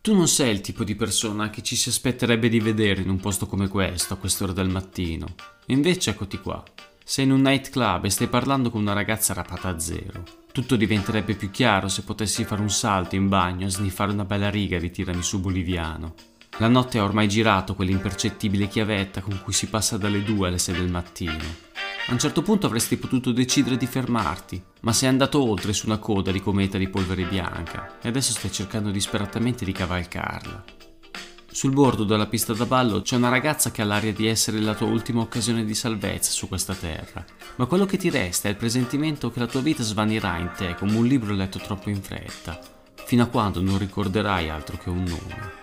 Tu non sei il tipo di persona che ci si aspetterebbe di vedere in un posto come questo a quest'ora del mattino. E invece eccoti qua. Sei in un nightclub e stai parlando con una ragazza rapata a zero. Tutto diventerebbe più chiaro se potessi fare un salto in bagno e sniffare una bella riga di tiramisù boliviano. La notte ha ormai girato quell'impercettibile chiavetta con cui si passa dalle 2 alle 6 del mattino. A un certo punto avresti potuto decidere di fermarti, ma sei andato oltre su una coda di cometa di polvere bianca e adesso stai cercando disperatamente di cavalcarla. Sul bordo della pista da ballo c'è una ragazza che ha l'aria di essere la tua ultima occasione di salvezza su questa terra, ma quello che ti resta è il presentimento che la tua vita svanirà in te come un libro letto troppo in fretta, fino a quando non ricorderai altro che un nome.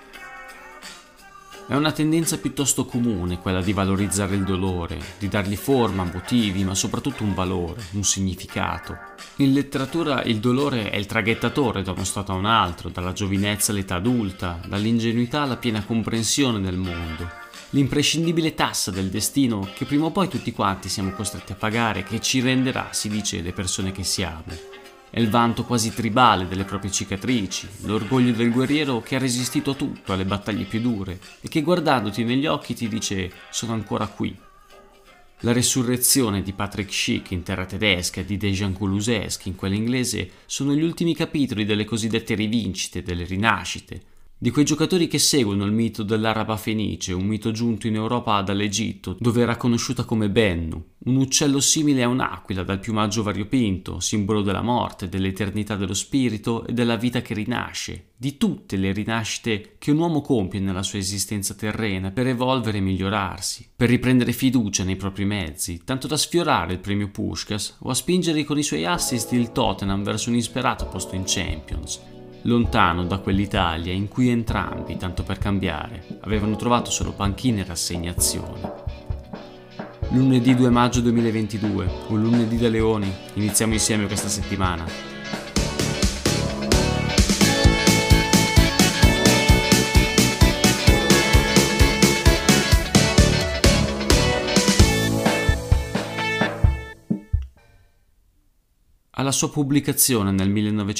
È una tendenza piuttosto comune quella di valorizzare il dolore, di dargli forma, motivi, ma soprattutto un valore, un significato. In letteratura il dolore è il traghettatore da uno stato a un altro, dalla giovinezza all'età adulta, dall'ingenuità alla piena comprensione del mondo. L'imprescindibile tassa del destino che prima o poi tutti quanti siamo costretti a pagare, che ci renderà, si dice, le persone che siamo. È il vanto quasi tribale delle proprie cicatrici, l'orgoglio del guerriero che ha resistito a tutto, alle battaglie più dure, e che guardandoti negli occhi ti dice «sono ancora qui». La resurrezione di Patrick Schick in terra tedesca e di Dejan Kulusevski in quella inglese sono gli ultimi capitoli delle cosiddette rivincite, delle rinascite, di quei giocatori che seguono il mito dell'araba fenice, un mito giunto in Europa dall'Egitto, dove era conosciuta come Bennu, un uccello simile a un'aquila dal piumaggio variopinto, simbolo della morte, dell'eternità dello spirito e della vita che rinasce, di tutte le rinascite che un uomo compie nella sua esistenza terrena per evolvere e migliorarsi, per riprendere fiducia nei propri mezzi, tanto da sfiorare il premio Puskás o a spingere con i suoi assist il Tottenham verso un insperato posto in Champions, lontano da quell'Italia in cui entrambi, tanto per cambiare, avevano trovato solo panchine e rassegnazione. Lunedì 2 maggio 2022, un lunedì da leoni, iniziamo insieme questa settimana. Alla sua pubblicazione nel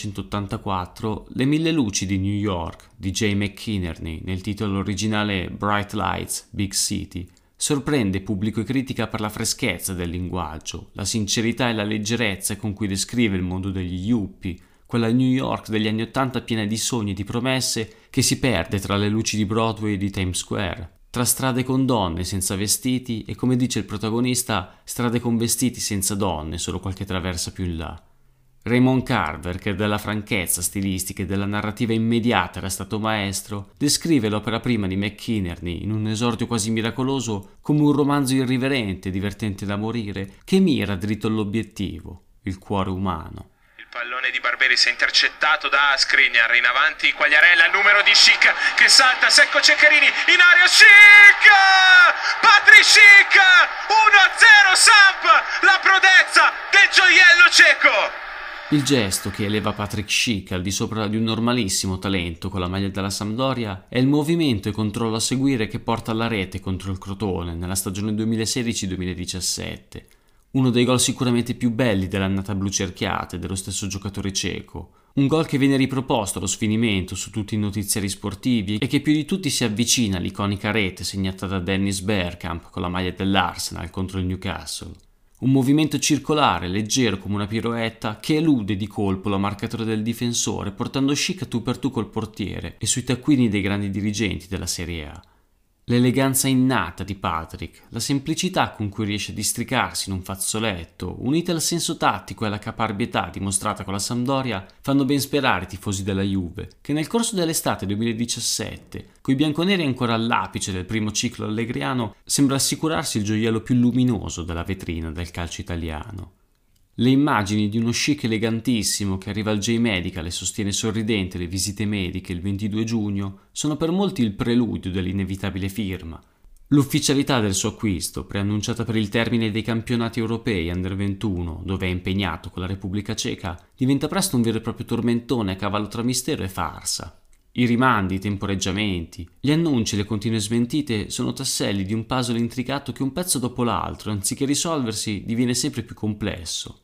1984, Le mille luci di New York di J. McInerney, nel titolo originale Bright Lights, Big City, sorprende pubblico e critica per la freschezza del linguaggio, la sincerità e la leggerezza con cui descrive il mondo degli yuppie, quella New York degli anni '80 piena di sogni e di promesse che si perde tra le luci di Broadway e di Times Square, tra strade con donne senza vestiti e, come dice il protagonista, strade con vestiti senza donne, solo qualche traversa più in là. Raymond Carver, che della franchezza stilistica e della narrativa immediata era stato maestro, descrive l'opera prima di McInerney in un esordio quasi miracoloso come un romanzo irriverente, divertente da morire, che mira dritto all'obiettivo, il cuore umano. Il pallone di Barberis è intercettato da Skriniar, in avanti Quagliarella, il numero di Schick che salta, secco Ceccherini, in aria Schick! Patrick Schick! 1-0 Samp! La prodezza del gioiello ceco! Il gesto che eleva Patrick Schick al di sopra di un normalissimo talento con la maglia della Sampdoria è il movimento e controllo a seguire che porta alla rete contro il Crotone nella stagione 2016-2017. Uno dei gol sicuramente più belli dell'annata blu cerchiata e dello stesso giocatore ceco. Un gol che viene riproposto allo sfinimento su tutti i notiziari sportivi e che più di tutti si avvicina all'iconica rete segnata da Dennis Bergkamp con la maglia dell'Arsenal contro il Newcastle. Un movimento circolare, leggero come una piroetta, che elude di colpo la marcatura del difensore, portando Schick a tu per tu col portiere e sui taccuini dei grandi dirigenti della Serie A. L'eleganza innata di Patrick, la semplicità con cui riesce a districarsi in un fazzoletto, unite al senso tattico e alla caparbietà dimostrata con la Sampdoria, fanno ben sperare i tifosi della Juve, che nel corso dell'estate 2017, coi bianconeri ancora all'apice del primo ciclo allegriano, sembra assicurarsi il gioiello più luminoso della vetrina del calcio italiano. Le immagini di uno Schick elegantissimo che arriva al J-Medical e sostiene sorridente le visite mediche il 22 giugno sono per molti il preludio dell'inevitabile firma. L'ufficialità del suo acquisto, preannunciata per il termine dei campionati europei Under 21, dove è impegnato con la Repubblica Ceca, diventa presto un vero e proprio tormentone a cavallo tra mistero e farsa. I rimandi, i temporeggiamenti, gli annunci e le continue smentite sono tasselli di un puzzle intricato che un pezzo dopo l'altro, anziché risolversi, diviene sempre più complesso.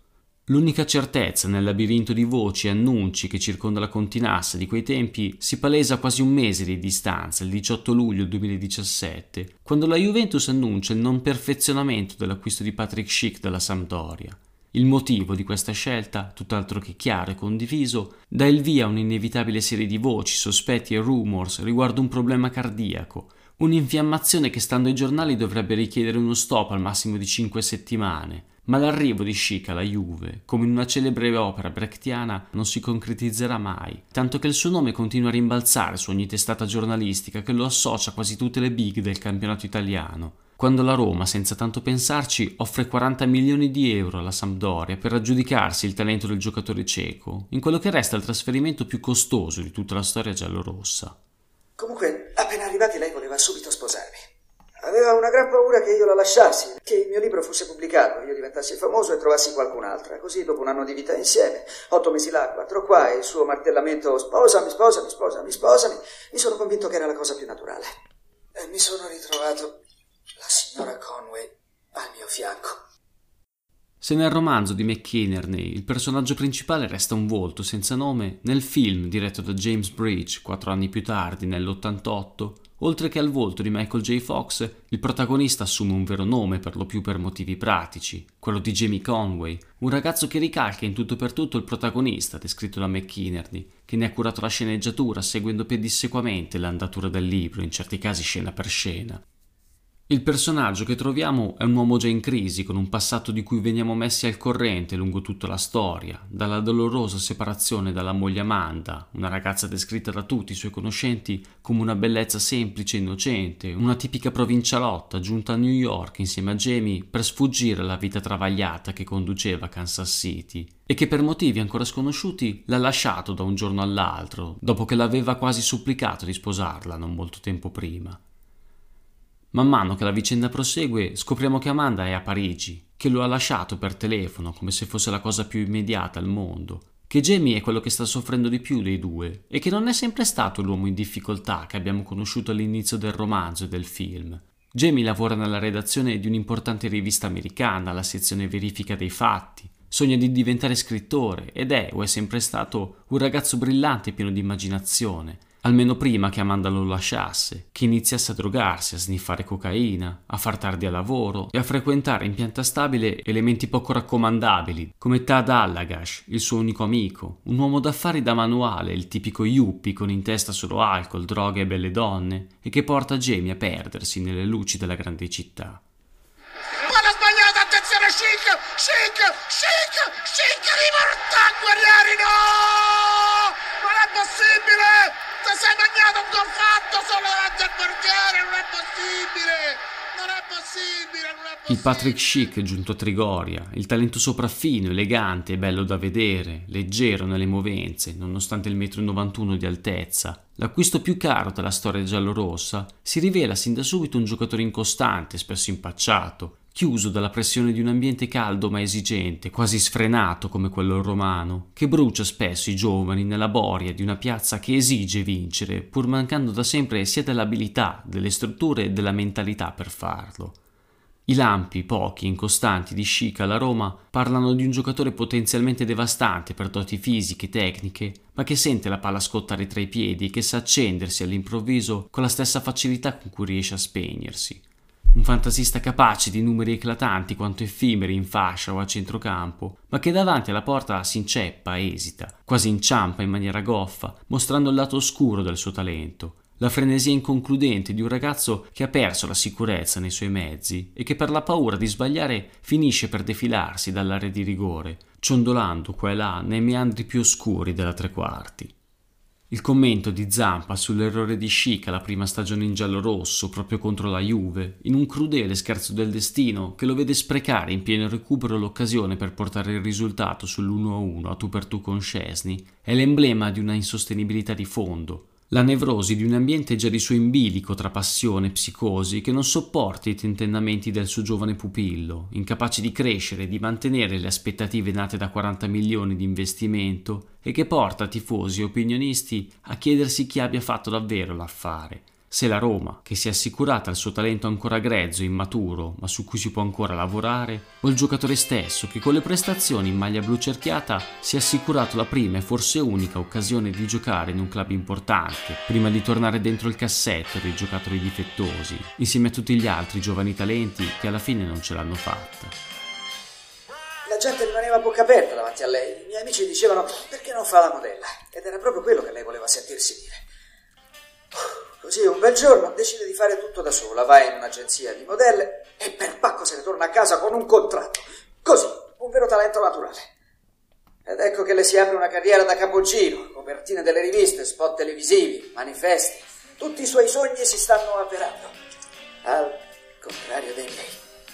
L'unica certezza nel labirinto di voci e annunci che circonda la continassa di quei tempi si palesa a quasi un mese di distanza, il 18 luglio 2017, quando la Juventus annuncia il non perfezionamento dell'acquisto di Patrick Schick dalla Sampdoria. Il motivo di questa scelta, tutt'altro che chiaro e condiviso, dà il via a un'inevitabile serie di voci, sospetti e rumors riguardo un problema cardiaco, un'infiammazione che stando ai giornali dovrebbe richiedere uno stop al massimo di 5 settimane. Ma l'arrivo di Schick alla Juve, come in una celebre opera brechtiana, non si concretizzerà mai, tanto che il suo nome continua a rimbalzare su ogni testata giornalistica che lo associa a quasi tutte le big del campionato italiano, quando la Roma, senza tanto pensarci, offre 40 milioni di euro alla Sampdoria per aggiudicarsi il talento del giocatore ceco, in quello che resta il trasferimento più costoso di tutta la storia giallorossa. Comunque, appena arrivati lei voleva subito sposarmi. Aveva una gran paura che io la lasciassi, che il mio libro fosse pubblicato, io diventassi famoso e trovassi qualcun'altra. Così, dopo un anno di vita insieme, 8 mesi là, 4 qua, e il suo martellamento sposami, sposami, sposami, sposami, mi sono convinto che era la cosa più naturale. E mi sono ritrovato la signora Conway al mio fianco. Se nel romanzo di McInerney il personaggio principale resta un volto senza nome, nel film diretto da James Bridge 4 anni più tardi, nell'88, oltre che al volto di Michael J. Fox, il protagonista assume un vero nome per lo più per motivi pratici, quello di Jamie Conway, un ragazzo che ricalca in tutto per tutto il protagonista descritto da McInerney, che ne ha curato la sceneggiatura seguendo pedissequamente l'andatura del libro, in certi casi scena per scena. Il personaggio che troviamo è un uomo già in crisi, con un passato di cui veniamo messi al corrente lungo tutta la storia, dalla dolorosa separazione dalla moglie Amanda, una ragazza descritta da tutti i suoi conoscenti come una bellezza semplice e innocente, una tipica provincialotta giunta a New York insieme a Jamie per sfuggire alla vita travagliata che conduceva a Kansas City, e che per motivi ancora sconosciuti l'ha lasciato da un giorno all'altro, dopo che l'aveva quasi supplicato di sposarla non molto tempo prima. Man mano che la vicenda prosegue, scopriamo che Amanda è a Parigi, che lo ha lasciato per telefono come se fosse la cosa più immediata al mondo, che Jamie è quello che sta soffrendo di più dei due e che non è sempre stato l'uomo in difficoltà che abbiamo conosciuto all'inizio del romanzo e del film. Jamie lavora nella redazione di un'importante rivista americana, alla sezione verifica dei fatti, sogna di diventare scrittore ed è o è sempre stato un ragazzo brillante e pieno di immaginazione, almeno prima che Amanda lo lasciasse, che iniziasse a drogarsi, a sniffare cocaina, a far tardi al lavoro e a frequentare in pianta stabile elementi poco raccomandabili, come Tad Allagash, il suo unico amico, un uomo d'affari da manuale, il tipico yuppie con in testa solo alcol, droghe e belle donne, e che porta Jamie a perdersi nelle luci della grande città. Palla sbagliata, attenzione, Schick, riporta Guerrieri, no! Non è possibile! Ti sei mangiato un gol fatto solo davanti al portiere, non è possibile! Il Patrick Schick giunto a Trigoria, il talento sopraffino, elegante e bello da vedere, leggero nelle movenze, nonostante il 1,91 m di altezza, l'acquisto più caro della storia giallorossa, si rivela sin da subito un giocatore incostante, spesso impacciato, chiuso dalla pressione di un ambiente caldo ma esigente, quasi sfrenato come quello romano, che brucia spesso i giovani nella boria di una piazza che esige vincere, pur mancando da sempre sia dell'abilità, delle strutture e della mentalità per farlo. I lampi, pochi e incostanti di Schick alla Roma parlano di un giocatore potenzialmente devastante per doti fisiche e tecniche, ma che sente la palla scottare tra i piedi e che sa accendersi all'improvviso con la stessa facilità con cui riesce a spegnersi. Un fantasista capace di numeri eclatanti quanto effimeri in fascia o a centrocampo, ma che davanti alla porta si inceppa, esita, quasi inciampa in maniera goffa, mostrando il lato oscuro del suo talento, la frenesia inconcludente di un ragazzo che ha perso la sicurezza nei suoi mezzi e che per la paura di sbagliare finisce per defilarsi dall'area di rigore, ciondolando qua e là nei meandri più oscuri della tre quarti. Il commento di Zampa sull'errore di Schick alla prima stagione in giallorosso proprio contro la Juve, in un crudele scherzo del destino che lo vede sprecare in pieno recupero l'occasione per portare il risultato sull'1-1 a tu per tu con Szczęsny, è l'emblema di una insostenibilità di fondo, la nevrosi di un ambiente già di suo in bilico tra passione e psicosi che non sopporta i tentennamenti del suo giovane pupillo, incapace di crescere e di mantenere le aspettative nate da 40 milioni di investimento e che porta tifosi e opinionisti a chiedersi chi abbia fatto davvero l'affare, Se la Roma, che si è assicurata il suo talento ancora grezzo e immaturo, ma su cui si può ancora lavorare, o il giocatore stesso che con le prestazioni in maglia blu cerchiata si è assicurato la prima e forse unica occasione di giocare in un club importante, prima di tornare dentro il cassetto dei giocatori difettosi, insieme a tutti gli altri giovani talenti che alla fine non ce l'hanno fatta. La gente rimaneva a bocca aperta davanti a lei. I miei amici dicevano: perché non fa la modella? Ed era proprio quello che lei voleva sentirsi dire. Così un bel giorno decide di fare tutto da sola, va in un'agenzia di modelle e per pacco se ne torna a casa con un contratto. Così, un vero talento naturale. Ed ecco che le si apre una carriera da capogiro, copertine delle riviste, spot televisivi, manifesti. Tutti i suoi sogni si stanno avverando, al contrario dei miei.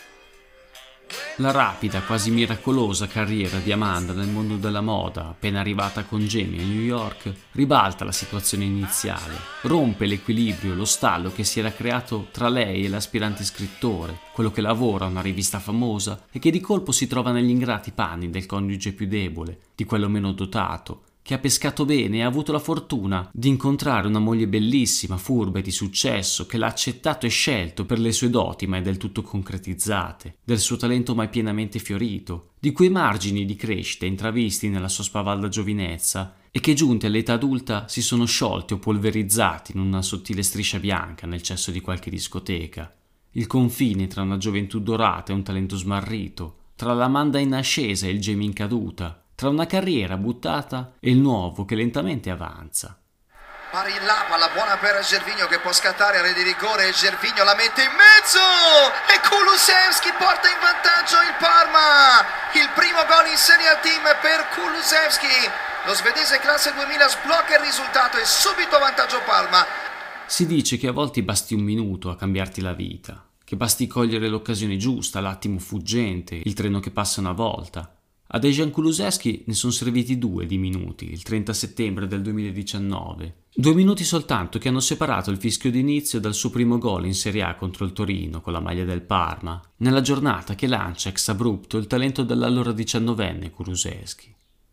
La rapida, quasi miracolosa carriera di Amanda nel mondo della moda, appena arrivata con Jamie a New York, ribalta la situazione iniziale, rompe l'equilibrio, lo stallo che si era creato tra lei e l'aspirante scrittore, quello che lavora a una rivista famosa e che di colpo si trova negli ingrati panni del coniuge più debole, di quello meno dotato, che ha pescato bene e ha avuto la fortuna di incontrare una moglie bellissima, furba e di successo, che l'ha accettato e scelto per le sue doti mai del tutto concretizzate, del suo talento mai pienamente fiorito, di quei margini di crescita intravisti nella sua spavalda giovinezza e che giunti all'età adulta si sono sciolti o polverizzati in una sottile striscia bianca nel cesso di qualche discoteca. Il confine tra una gioventù dorata e un talento smarrito, tra l'Amanda in ascesa e il Jamie in caduta, tra una carriera buttata e il nuovo che lentamente avanza. Pari in là, palla buona per Gervinho che può scattare, re di rigore, Gervinho la mette in mezzo e Kulusevski porta in vantaggio il Parma. Il primo gol in Serie A Team per Kulusevski. Lo svedese classe 2000 sblocca il risultato e subito vantaggio Parma. Si dice che a volte basti un minuto a cambiarti la vita, che basti cogliere l'occasione giusta, l'attimo fuggente, il treno che passa una volta. A Dejan Kulusevski ne sono serviti 2 di minuti, il 30 settembre del 2019. 2 minuti soltanto che hanno separato il fischio d'inizio dal suo primo gol in Serie A contro il Torino con la maglia del Parma, nella giornata che lancia ex abrupto il talento dell'allora 19enne Kulusevski.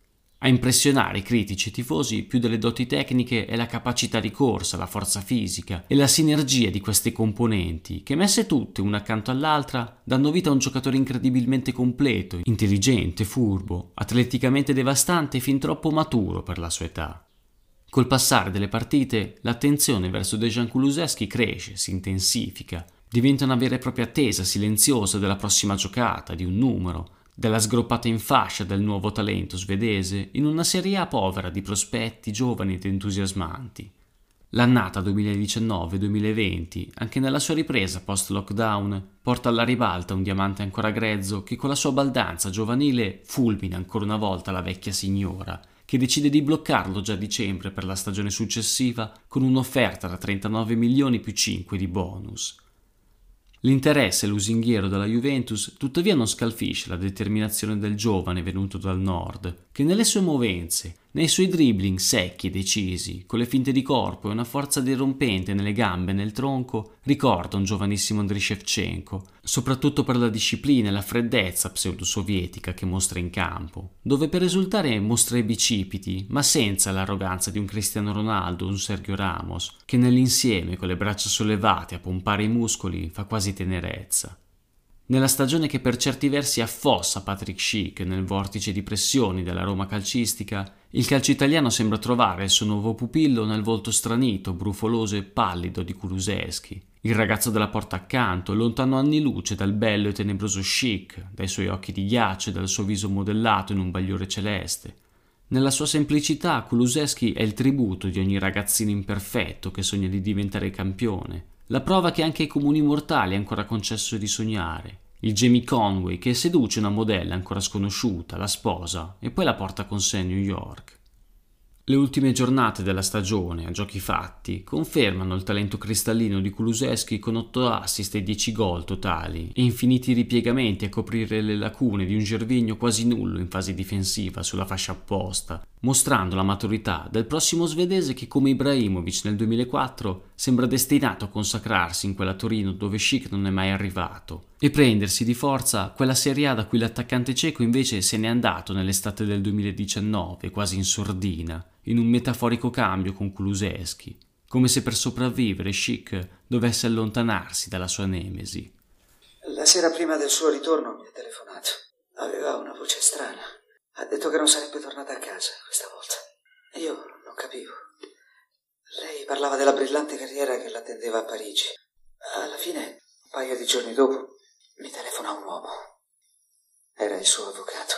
A impressionare i critici e i tifosi più delle doti tecniche è la capacità di corsa, la forza fisica e la sinergia di queste componenti che, messe tutte una accanto all'altra, danno vita a un giocatore incredibilmente completo, intelligente, furbo, atleticamente devastante e fin troppo maturo per la sua età. Col passare delle partite, l'attenzione verso Dejan Kulusevski cresce, si intensifica, diventa una vera e propria attesa silenziosa della prossima giocata, di un numero, della sgroppata in fascia del nuovo talento svedese in una Serie A povera di prospetti giovani ed entusiasmanti. L'annata 2019-2020, anche nella sua ripresa post-lockdown, porta alla ribalta un diamante ancora grezzo che con la sua baldanza giovanile fulmina ancora una volta la vecchia signora, che decide di bloccarlo già a dicembre per la stagione successiva con un'offerta da 39 milioni più 5 di bonus. L'interesse lusinghiero della Juventus tuttavia non scalfisce la determinazione del giovane venuto dal nord, che nelle sue movenze, nei suoi dribbling secchi e decisi, con le finte di corpo e una forza dirompente nelle gambe e nel tronco, ricorda un giovanissimo Andriy Shevchenko, soprattutto per la disciplina e la freddezza pseudo-sovietica che mostra in campo, dove per risultare mostra i bicipiti, ma senza l'arroganza di un Cristiano Ronaldo o un Sergio Ramos, che nell'insieme con le braccia sollevate a pompare i muscoli fa quasi tenerezza. Nella stagione che per certi versi affossa Patrick Schick nel vortice di pressioni della Roma calcistica, il calcio italiano sembra trovare il suo nuovo pupillo nel volto stranito, brufoloso e pallido di Kulusevski, il ragazzo della porta accanto, lontano anni luce dal bello e tenebroso Schick, dai suoi occhi di ghiaccio e dal suo viso modellato in un bagliore celeste. Nella sua semplicità Kulusevski è il tributo di ogni ragazzino imperfetto che sogna di diventare campione, la prova che anche ai comuni mortali è ancora concesso di sognare. Il Jamie Conway che seduce una modella ancora sconosciuta, la sposa e poi la porta con sé a New York. Le ultime giornate della stagione, a giochi fatti, confermano il talento cristallino di Kulusevski con 8 assist e 10 gol totali e infiniti ripiegamenti a coprire le lacune di un Gervinho quasi nullo in fase difensiva sulla fascia opposta, mostrando la maturità del prossimo svedese che, come Ibrahimovic nel 2004, sembra destinato a consacrarsi in quella Torino dove Schick non è mai arrivato e prendersi di forza quella Serie A da cui l'attaccante ceco invece se n'è andato nell'estate del 2019, quasi in sordina, in un metaforico cambio con Kulusevski, come se per sopravvivere Schick dovesse allontanarsi dalla sua nemesi. La sera prima del suo ritorno mi ha telefonato. Aveva una voce strana. Ha detto che non sarebbe tornata a casa questa volta. Io non capivo. Lei parlava della brillante carriera che l'attendeva a Parigi. Alla fine, un paio di giorni dopo, mi telefona un uomo. Era il suo avvocato.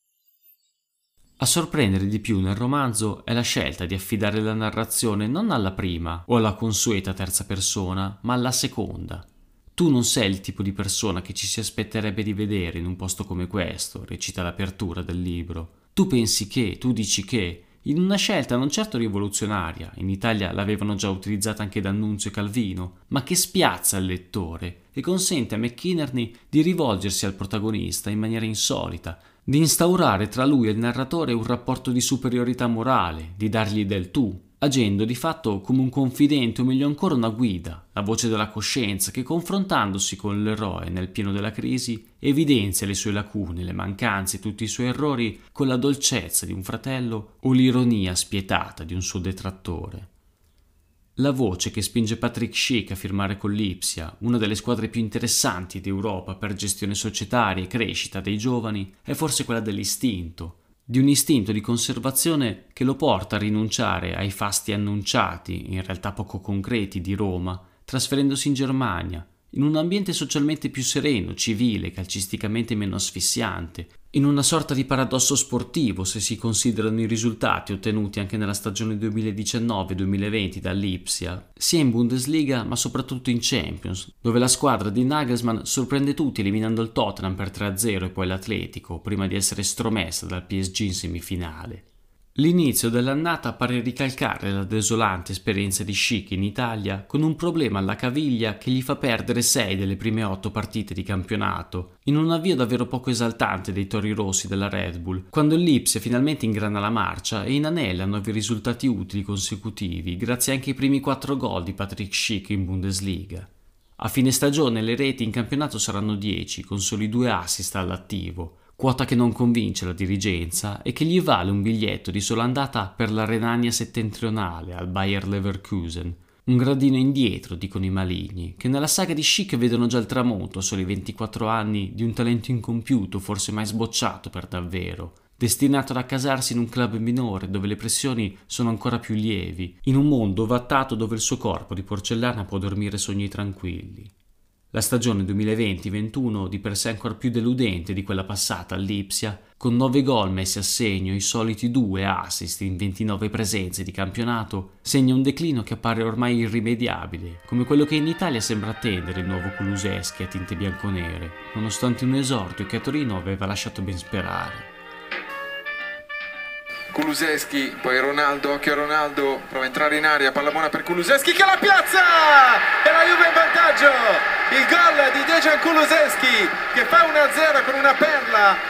A sorprendere di più nel romanzo è la scelta di affidare la narrazione non alla prima o alla consueta terza persona, ma alla seconda. Tu non sei il tipo di persona che ci si aspetterebbe di vedere in un posto come questo, recita l'apertura del libro. Tu pensi che, tu dici che, in una scelta non certo rivoluzionaria, in Italia l'avevano già utilizzata anche D'Annunzio e Calvino, ma che spiazza il lettore e consente a McInerney di rivolgersi al protagonista in maniera insolita, di instaurare tra lui e il narratore un rapporto di superiorità morale, di dargli del tu, agendo di fatto come un confidente o meglio ancora una guida, la voce della coscienza che confrontandosi con l'eroe nel pieno della crisi evidenzia le sue lacune, le mancanze, tutti i suoi errori con la dolcezza di un fratello o l'ironia spietata di un suo detrattore. La voce che spinge Patrick Schick a firmare con l'Ipsia, una delle squadre più interessanti d'Europa per gestione societaria e crescita dei giovani, è forse quella dell'istinto, di un istinto di conservazione che lo porta a rinunciare ai fasti annunciati, in realtà poco concreti, di Roma, trasferendosi in Germania, in un ambiente socialmente più sereno, civile, calcisticamente meno asfissiante, in una sorta di paradosso sportivo se si considerano i risultati ottenuti anche nella stagione 2019-2020 dall'Ipsia, sia in Bundesliga ma soprattutto in Champions, dove la squadra di Nagelsmann sorprende tutti eliminando il Tottenham per 3-0 e poi l'Atletico, prima di essere stromessa dal PSG in semifinale. L'inizio dell'annata pare ricalcare la desolante esperienza di Schick in Italia con un problema alla caviglia che gli fa perdere 6 delle prime 8 partite di campionato, in un avvio davvero poco esaltante dei tori rossi della Red Bull, quando l'Ipsia finalmente ingrana la marcia e inanella 9 risultati utili consecutivi grazie anche ai primi 4 gol di Patrick Schick in Bundesliga. A fine stagione le reti in campionato saranno 10, con soli 2 assist all'attivo, quota che non convince la dirigenza e che gli vale un biglietto di sola andata per la Renania settentrionale al Bayer Leverkusen, un gradino indietro, dicono i maligni, che nella saga di Schick vedono già il tramonto a soli 24 anni di un talento incompiuto, forse mai sbocciato per davvero, destinato ad accasarsi in un club minore dove le pressioni sono ancora più lievi, in un mondo ovattato dove il suo corpo di porcellana può dormire sogni tranquilli. La stagione 2020-21, di per sé ancora più deludente di quella passata all'Ipsia, con 9 gol messi a segno e i soliti 2 assist in 29 presenze di campionato, segna un declino che appare ormai irrimediabile, come quello che in Italia sembra attendere il nuovo Kulusevski a tinte bianconere, nonostante un esordio che a Torino aveva lasciato ben sperare. Kulusevski, poi Ronaldo, occhio a Ronaldo, prova a entrare in aria, palla buona per Kulusevski che la piazza! E la Juve in vantaggio! Il gol di Dejan Kulusevski che fa 1-0 con una perla.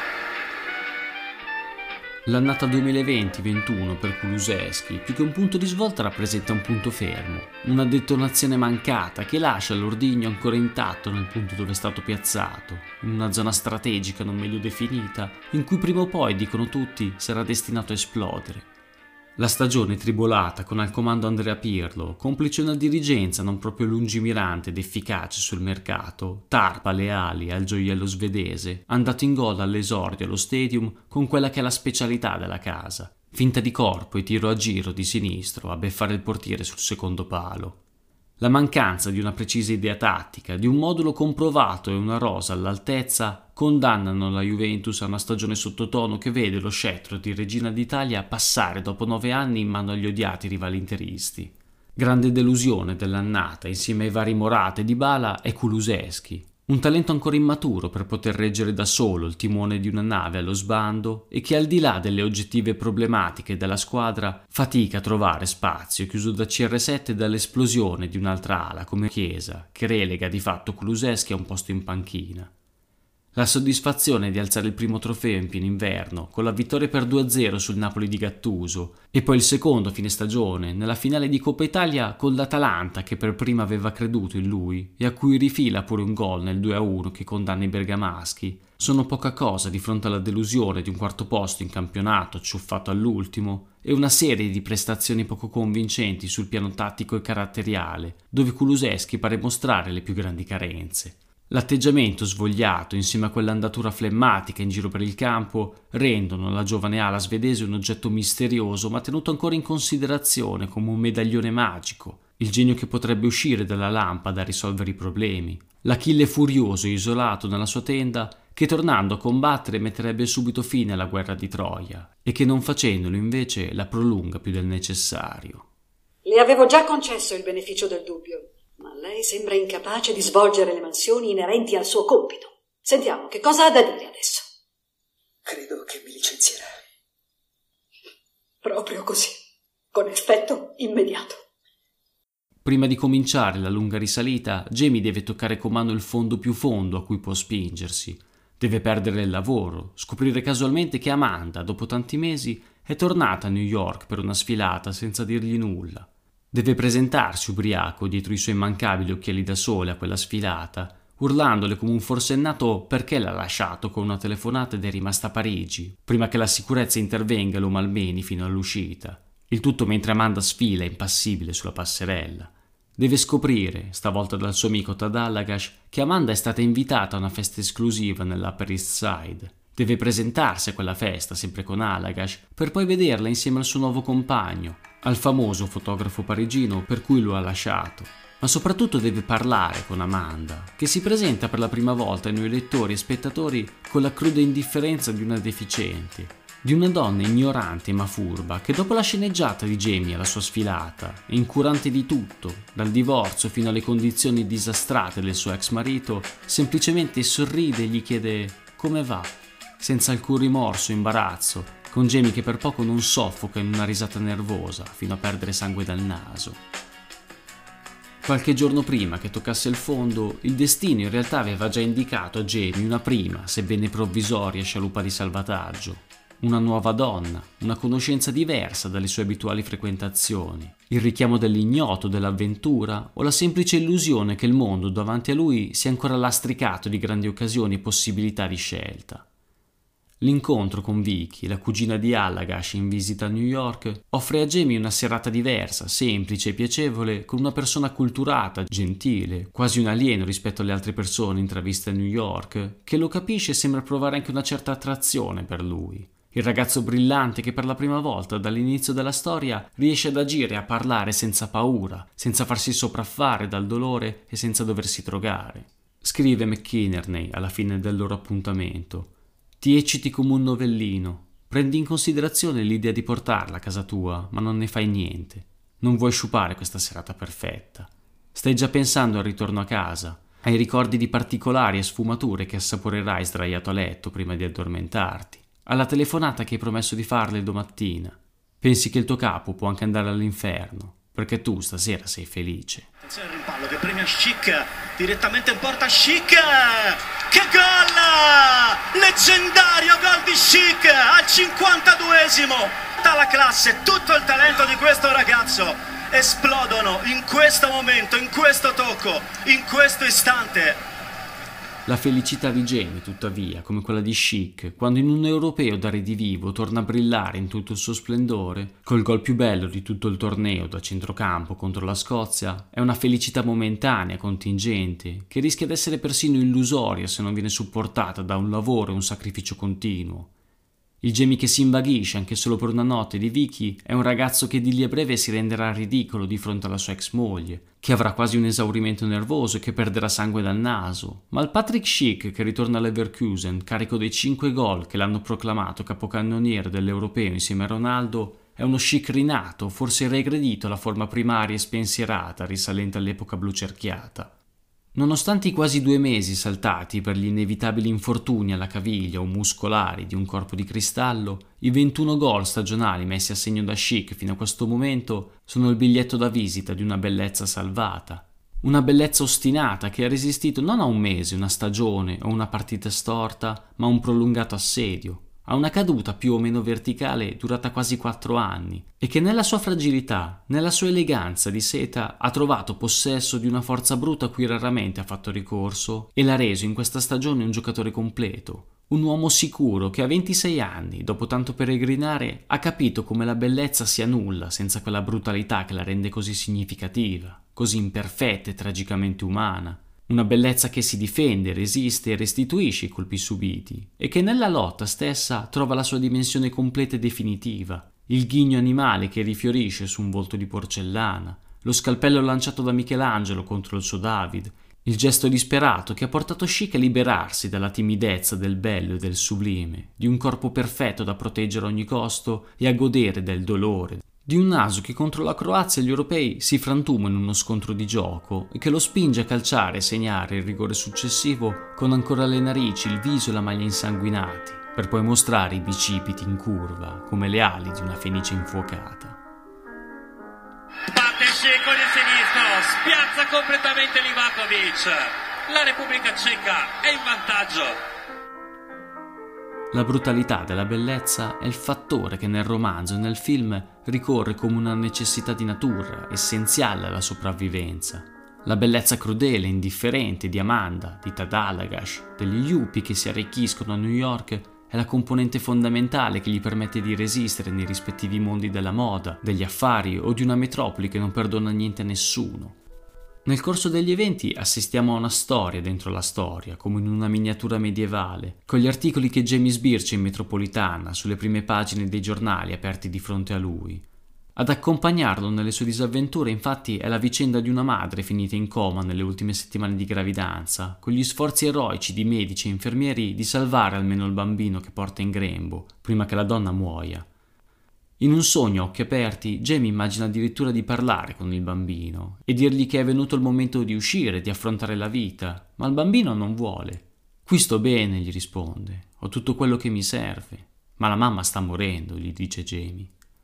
L'annata 2020-21 per Kulusevski, più che un punto di svolta, rappresenta un punto fermo, una detonazione mancata che lascia l'ordigno ancora intatto nel punto dove è stato piazzato, in una zona strategica non meglio definita, in cui prima o poi, dicono tutti, sarà destinato a esplodere. La stagione tribolata con al comando Andrea Pirlo, complice una dirigenza non proprio lungimirante ed efficace sul mercato, tarpa le ali al gioiello svedese, andato in gol all'esordio allo Stadium con quella che è la specialità della casa, finta di corpo e tiro a giro di sinistro a beffare il portiere sul secondo palo. La mancanza di una precisa idea tattica, di un modulo comprovato e una rosa all'altezza condannano la Juventus a una stagione sottotono che vede lo scettro di Regina d'Italia passare dopo 9 anni in mano agli odiati rivali interisti. Grande delusione dell'annata, insieme ai vari Morata e Dybala, è Kulusevski, un talento ancora immaturo per poter reggere da solo il timone di una nave allo sbando e che al di là delle oggettive problematiche della squadra fatica a trovare spazio, chiuso da CR7 dall'esplosione di un'altra ala come Chiesa, che relega di fatto Kulusevski a un posto in panchina. La soddisfazione di alzare il primo trofeo in pieno inverno, con la vittoria per 2-0 sul Napoli di Gattuso, e poi il secondo a fine stagione, nella finale di Coppa Italia con l'Atalanta che per prima aveva creduto in lui e a cui rifila pure un gol nel 2-1 che condanna i bergamaschi, sono poca cosa di fronte alla delusione di un quarto posto in campionato ciuffato all'ultimo e una serie di prestazioni poco convincenti sul piano tattico e caratteriale, dove Kulusevski pare mostrare le più grandi carenze. L'atteggiamento svogliato insieme a quell'andatura flemmatica in giro per il campo rendono la giovane ala svedese un oggetto misterioso ma tenuto ancora in considerazione come un medaglione magico, il genio che potrebbe uscire dalla lampada a risolvere i problemi, l'Achille furioso e isolato nella sua tenda che tornando a combattere metterebbe subito fine alla guerra di Troia e che non facendolo invece la prolunga più del necessario. Le avevo già concesso il beneficio del dubbio, ma lei sembra incapace di svolgere le mansioni inerenti al suo compito. Sentiamo, che cosa ha da dire adesso? Credo che mi licenzierà. Proprio così, con effetto immediato. Prima di cominciare la lunga risalita, Jamie deve toccare con mano il fondo più fondo a cui può spingersi. Deve perdere il lavoro, scoprire casualmente che Amanda, dopo tanti mesi, è tornata a New York per una sfilata senza dirgli nulla. Deve presentarsi ubriaco dietro i suoi immancabili occhiali da sole a quella sfilata, urlandole come un forsennato perché l'ha lasciato con una telefonata ed è rimasta a Parigi, prima che la sicurezza intervenga e lo malmeni fino all'uscita. Il tutto mentre Amanda sfila impassibile sulla passerella. Deve scoprire, stavolta dal suo amico Tad Allagash, che Amanda è stata invitata a una festa esclusiva nell'Upper East Side. Deve presentarsi a quella festa, sempre con Allagash, per poi vederla insieme al suo nuovo compagno, al famoso fotografo parigino per cui lo ha lasciato. Ma soprattutto deve parlare con Amanda, che si presenta per la prima volta ai noi lettori e spettatori con la cruda indifferenza di una deficiente, di una donna ignorante ma furba che dopo la sceneggiata di Jamie alla sua sfilata, e incurante di tutto, dal divorzio fino alle condizioni disastrate del suo ex marito, semplicemente sorride e gli chiede come va, senza alcun rimorso o imbarazzo, con Jamie che per poco non soffoca in una risata nervosa fino a perdere sangue dal naso. Qualche giorno prima che toccasse il fondo, il destino in realtà aveva già indicato a Jamie una prima, sebbene provvisoria, scialuppa di salvataggio. Una nuova donna, una conoscenza diversa dalle sue abituali frequentazioni, il richiamo dell'ignoto, dell'avventura o la semplice illusione che il mondo davanti a lui sia ancora lastricato di grandi occasioni e possibilità di scelta. L'incontro con Vicky, la cugina di Allagash in visita a New York, offre a Jamie una serata diversa, semplice e piacevole, con una persona acculturata, gentile, quasi un alieno rispetto alle altre persone intraviste a New York, che lo capisce e sembra provare anche una certa attrazione per lui. Il ragazzo brillante che per la prima volta dall'inizio della storia riesce ad agire e a parlare senza paura, senza farsi sopraffare dal dolore e senza doversi drogare. Scrive McInerney alla fine del loro appuntamento: ti ecciti come un novellino, prendi in considerazione l'idea di portarla a casa tua, ma non ne fai niente. Non vuoi sciupare questa serata perfetta. Stai già pensando al ritorno a casa, ai ricordi di particolari e sfumature che assaporerai sdraiato a letto prima di addormentarti, alla telefonata che hai promesso di farle domattina. Pensi che il tuo capo può anche andare all'inferno, perché tu stasera sei felice. Attenzione al rimpallo che premia Schick, direttamente in porta Schick! Che gol! Leggendario gol di Schick al 52esimo! Tutta la classe, tutto il talento di questo ragazzo esplodono in questo momento, in questo tocco, in questo istante. La felicità di Jamie, tuttavia, come quella di Schick, quando in un europeo da redivivo torna a brillare in tutto il suo splendore, col gol più bello di tutto il torneo da centrocampo contro la Scozia, è una felicità momentanea, contingente, che rischia di essere persino illusoria se non viene supportata da un lavoro e un sacrificio continuo. Il Jamie che si invaghisce anche solo per una notte di Vicky è un ragazzo che di lì a breve si renderà ridicolo di fronte alla sua ex moglie, che avrà quasi un esaurimento nervoso e che perderà sangue dal naso, ma il Patrick Schick che ritorna all'Leverkusen carico dei 5 gol che l'hanno proclamato capocannoniere dell'Europeo insieme a Ronaldo è uno Schick rinato, forse regredito alla forma primaria e spensierata risalente all'epoca blu cerchiata. Nonostante i quasi 2 mesi saltati per gli inevitabili infortuni alla caviglia o muscolari di un corpo di cristallo, i 21 gol stagionali messi a segno da Schick fino a questo momento sono il biglietto da visita di una bellezza salvata. Una bellezza ostinata che ha resistito non a un mese, una stagione o una partita storta, ma a un prolungato assedio, a una caduta più o meno verticale durata quasi 4 anni, e che nella sua fragilità, nella sua eleganza di seta, ha trovato possesso di una forza bruta a cui raramente ha fatto ricorso e l'ha reso in questa stagione un giocatore completo, un uomo sicuro che a 26 anni, dopo tanto peregrinare, ha capito come la bellezza sia nulla senza quella brutalità che la rende così significativa, così imperfetta e tragicamente umana. Una bellezza che si difende, resiste e restituisce i colpi subiti e che nella lotta stessa trova la sua dimensione completa e definitiva. Il ghigno animale che rifiorisce su un volto di porcellana, lo scalpello lanciato da Michelangelo contro il suo David, il gesto disperato che ha portato Schick a liberarsi dalla timidezza del bello e del sublime, di un corpo perfetto da proteggere a ogni costo e a godere del dolore, di un naso che contro la Croazia e gli europei si frantuma in uno scontro di gioco e che lo spinge a calciare e segnare il rigore successivo con ancora le narici, il viso e la maglia insanguinati, per poi mostrare i bicipiti in curva come le ali di una fenice infuocata. Batte Schick con il sinistro, spiazza completamente Livakovic. La Repubblica Ceca è in vantaggio. La brutalità della bellezza è il fattore che nel romanzo e nel film ricorre come una necessità di natura, essenziale alla sopravvivenza. La bellezza crudele e indifferente di Amanda, di Tadalagash, degli Yuppie che si arricchiscono a New York è la componente fondamentale che gli permette di resistere nei rispettivi mondi della moda, degli affari o di una metropoli che non perdona niente a nessuno. Nel corso degli eventi assistiamo a una storia dentro la storia, come in una miniatura medievale, con gli articoli che Jamie sbircia in metropolitana sulle prime pagine dei giornali aperti di fronte a lui. Ad accompagnarlo nelle sue disavventure, infatti, è la vicenda di una madre finita in coma nelle ultime settimane di gravidanza, con gli sforzi eroici di medici e infermieri di salvare almeno il bambino che porta in grembo, prima che la donna muoia. In un sogno a occhi aperti, Jamie immagina addirittura di parlare con il bambino e dirgli che è venuto il momento di uscire, di affrontare la vita, ma il bambino non vuole. Qui sto bene, gli risponde, ho tutto quello che mi serve, ma la mamma sta morendo, gli dice Jamie.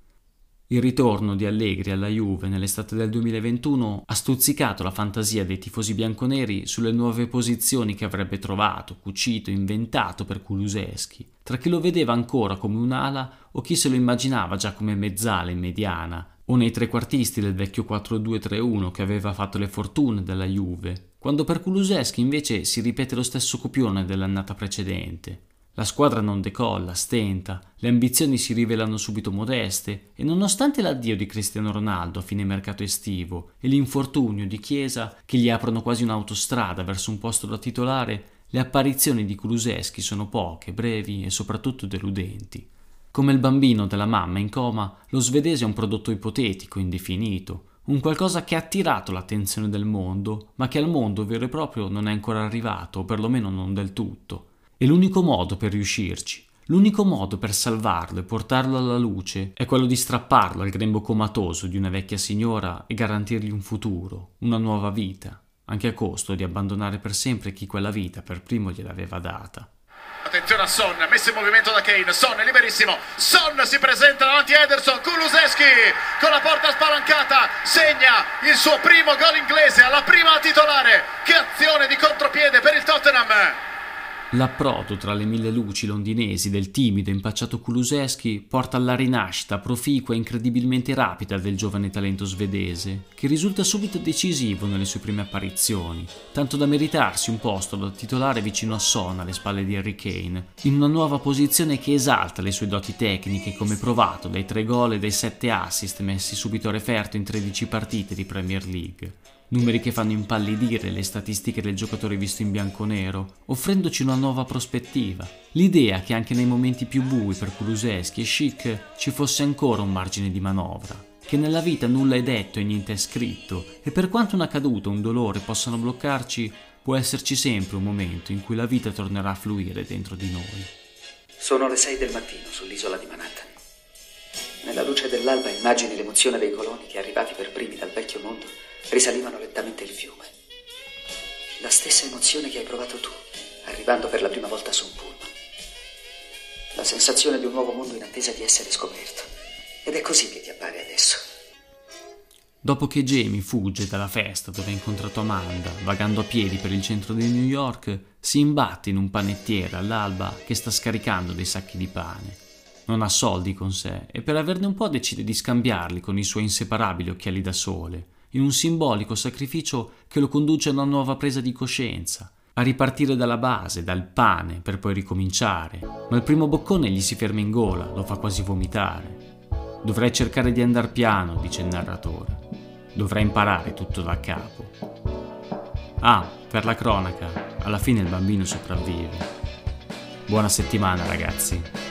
Il ritorno di Allegri alla Juve nell'estate del 2021 ha stuzzicato la fantasia dei tifosi bianconeri sulle nuove posizioni che avrebbe trovato, cucito, inventato per Kulusevski, tra chi lo vedeva ancora come un'ala o chi se lo immaginava già come mezzala in mediana, o nei trequartisti del vecchio 4-2-3-1 che aveva fatto le fortune della Juve, quando per Kulusevski invece si ripete lo stesso copione dell'annata precedente. La squadra non decolla, stenta, le ambizioni si rivelano subito modeste e nonostante l'addio di Cristiano Ronaldo a fine mercato estivo e l'infortunio di Chiesa che gli aprono quasi un'autostrada verso un posto da titolare, le apparizioni di Kulusevski sono poche, brevi e soprattutto deludenti. Come il bambino della mamma in coma, lo svedese è un prodotto ipotetico, indefinito, un qualcosa che ha attirato l'attenzione del mondo, ma che al mondo vero e proprio non è ancora arrivato, o perlomeno non del tutto. E l'unico modo per riuscirci, l'unico modo per salvarlo e portarlo alla luce è quello di strapparlo al grembo comatoso di una vecchia signora e garantirgli un futuro, una nuova vita, anche a costo di abbandonare per sempre chi quella vita per primo gliel'aveva data. Attenzione a Son, messo in movimento da Kane, Son è liberissimo, Son si presenta davanti a Ederson, Kulusevski con la porta spalancata, segna il suo primo gol inglese alla prima titolare, che azione di contropiede per il Tottenham! L'approdo tra le mille luci londinesi del timido e impacciato Kulusevski porta alla rinascita proficua e incredibilmente rapida del giovane talento svedese, che risulta subito decisivo nelle sue prime apparizioni, tanto da meritarsi un posto da titolare vicino a Son alle spalle di Harry Kane, in una nuova posizione che esalta le sue doti tecniche come provato dai 3 gol e dai 7 assist messi subito a referto in 13 partite di Premier League. Numeri che fanno impallidire le statistiche del giocatore visto in bianconero, offrendoci una nuova prospettiva. L'idea che anche nei momenti più bui per Kulusevski e Schick ci fosse ancora un margine di manovra, che nella vita nulla è detto e niente è scritto, e per quanto una caduta o un dolore possano bloccarci, può esserci sempre un momento in cui la vita tornerà a fluire dentro di noi. Sono le 6 del mattino sull'isola di Manhattan. Nella luce dell'alba immagini l'emozione dei coloni che, arrivati per primi dal vecchio mondo, risalivano lentamente il fiume. La stessa emozione che hai provato tu, arrivando per la prima volta su un pullman. La sensazione di un nuovo mondo in attesa di essere scoperto. Ed è così che ti appare adesso. Dopo che Jamie fugge dalla festa dove ha incontrato Amanda, vagando a piedi per il centro di New York, si imbatte in un panettiere all'alba che sta scaricando dei sacchi di pane. Non ha soldi con sé e per averne un po' decide di scambiarli con i suoi inseparabili occhiali da sole, in un simbolico sacrificio che lo conduce a una nuova presa di coscienza, a ripartire dalla base, dal pane, per poi ricominciare. Ma il primo boccone gli si ferma in gola, lo fa quasi vomitare. Dovrei cercare di andar piano, dice il narratore. Dovrei imparare tutto da capo. Ah, per la cronaca, alla fine il bambino sopravvive. Buona settimana, ragazzi.